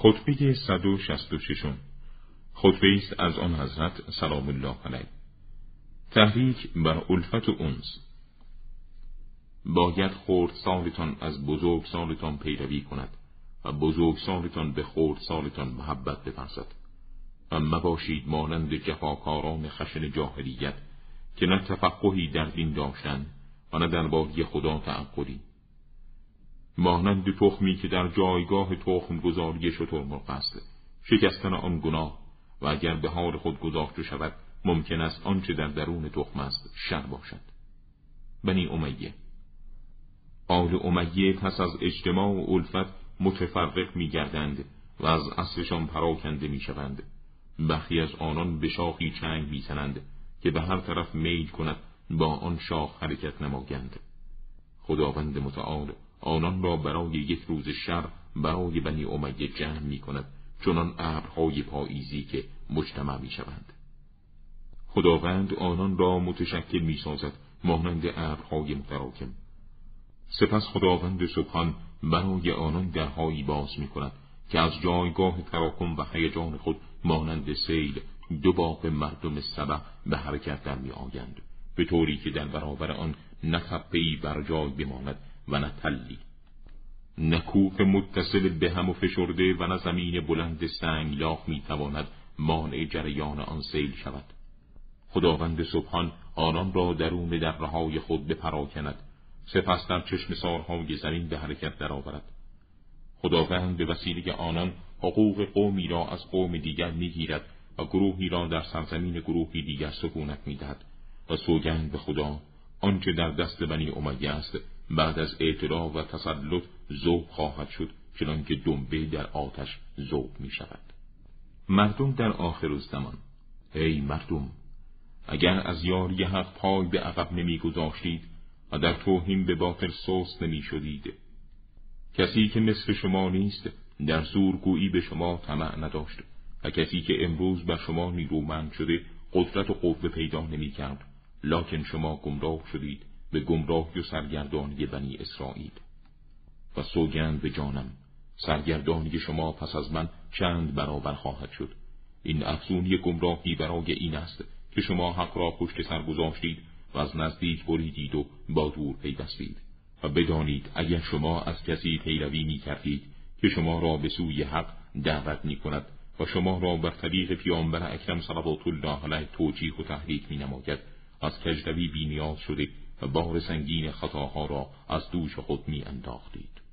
خطبه 166 خطبه است از آن حضرت سلام الله علیه. تحریک بر الفت و انس. باید خردسالتان از بزرگسالتان پیروی کند و بزرگسالتان به خردسالتان محبت بورزد و مباشید مانند جفاکاران خشن جاهلیت که نه تفقهی در دین داشتند و نه درباره خدا تعقلی، مانند تخمی که در جایگاه تخم گذاری شترمرغ است. شکستن آن گناه و اگر به حال خود گذاشته شود ممکن است آنچه در درون تخم است شر باشد. بنی امیه. آل امیه پس از اجتماع و الفت متفرق می گردند و از اصلشان پراکنده می شوند. برخی از آنان به شاخی چنگ می زنند که به هر طرف میل کند با آن شاخ حرکت نمایند. خداوند متعال آنان را برای یک روز شر برای بنی امیه جمع می کند، چنان ابرهای پاییزی که مجتمع می شوند. خداوند آنان را متشکل می سازد مانند ابرهای متراکم. سپس خداوند سبحان برای آنان درهایی باز می کند که از جایگاه تراکم و هیجان خود مانند سیل دو باغ مردم سبع به حرکت در می آیند، به طوری که در برابر آن نه تپه‌ای بر جای بماند و نه تلی، نه کوه متصل به هم و فشرده و نه زمین بلند سنگلاخ می تواند مانع جریان آن سیل شود. خداوند سبحان آنان را درون دره‌های خود بپراکند، سپس در چشم سارهای زمین به حرکت درآورد. خداوند به وسیله آنان حقوق قومی را از قوم دیگر میگیرد و گروهی را در سرزمین گروهی دیگر سکونت میدهد و سوگند به خدا آنچه در دست بنی امیه است بعد از اعتراع و تسلط ذوب خواهد شد، چنانکه دنبه در آتش ذوب می شود. مردم در آخرالزمان. ای مردم، اگر از یاری حق پای به عقب نمی گذاشتید و در توهین به باطل سست نمی شدید، کسی که مثل شما نیست در زورگویی به شما طمع نداشت و کسی که امروز بر شما نیرومند شده قدرت و قوه پیدا نمی کرد، لکن شما گمراه شدید به گمراهی و سرگردانی بنی اسرائیل. و سوگند به جانم، سرگردانی شما پس از من چند برابر خواهد شد. این افزونی گمراهی برای این است که شما حق را پشت سر گذاشتید و از نزدیک بریدید و با دور پیوستید. و بدانید اگر شما از کسی پیروی می کردید که شما را به سوی حق دعوت می کند و شما را بر طریق پیامبر اکرم صلوات الله علیه توجیه و تحریک می نماید، از کجروی بی نیاز شده و بار سنگین خطاها را از دوش خود می انداختید.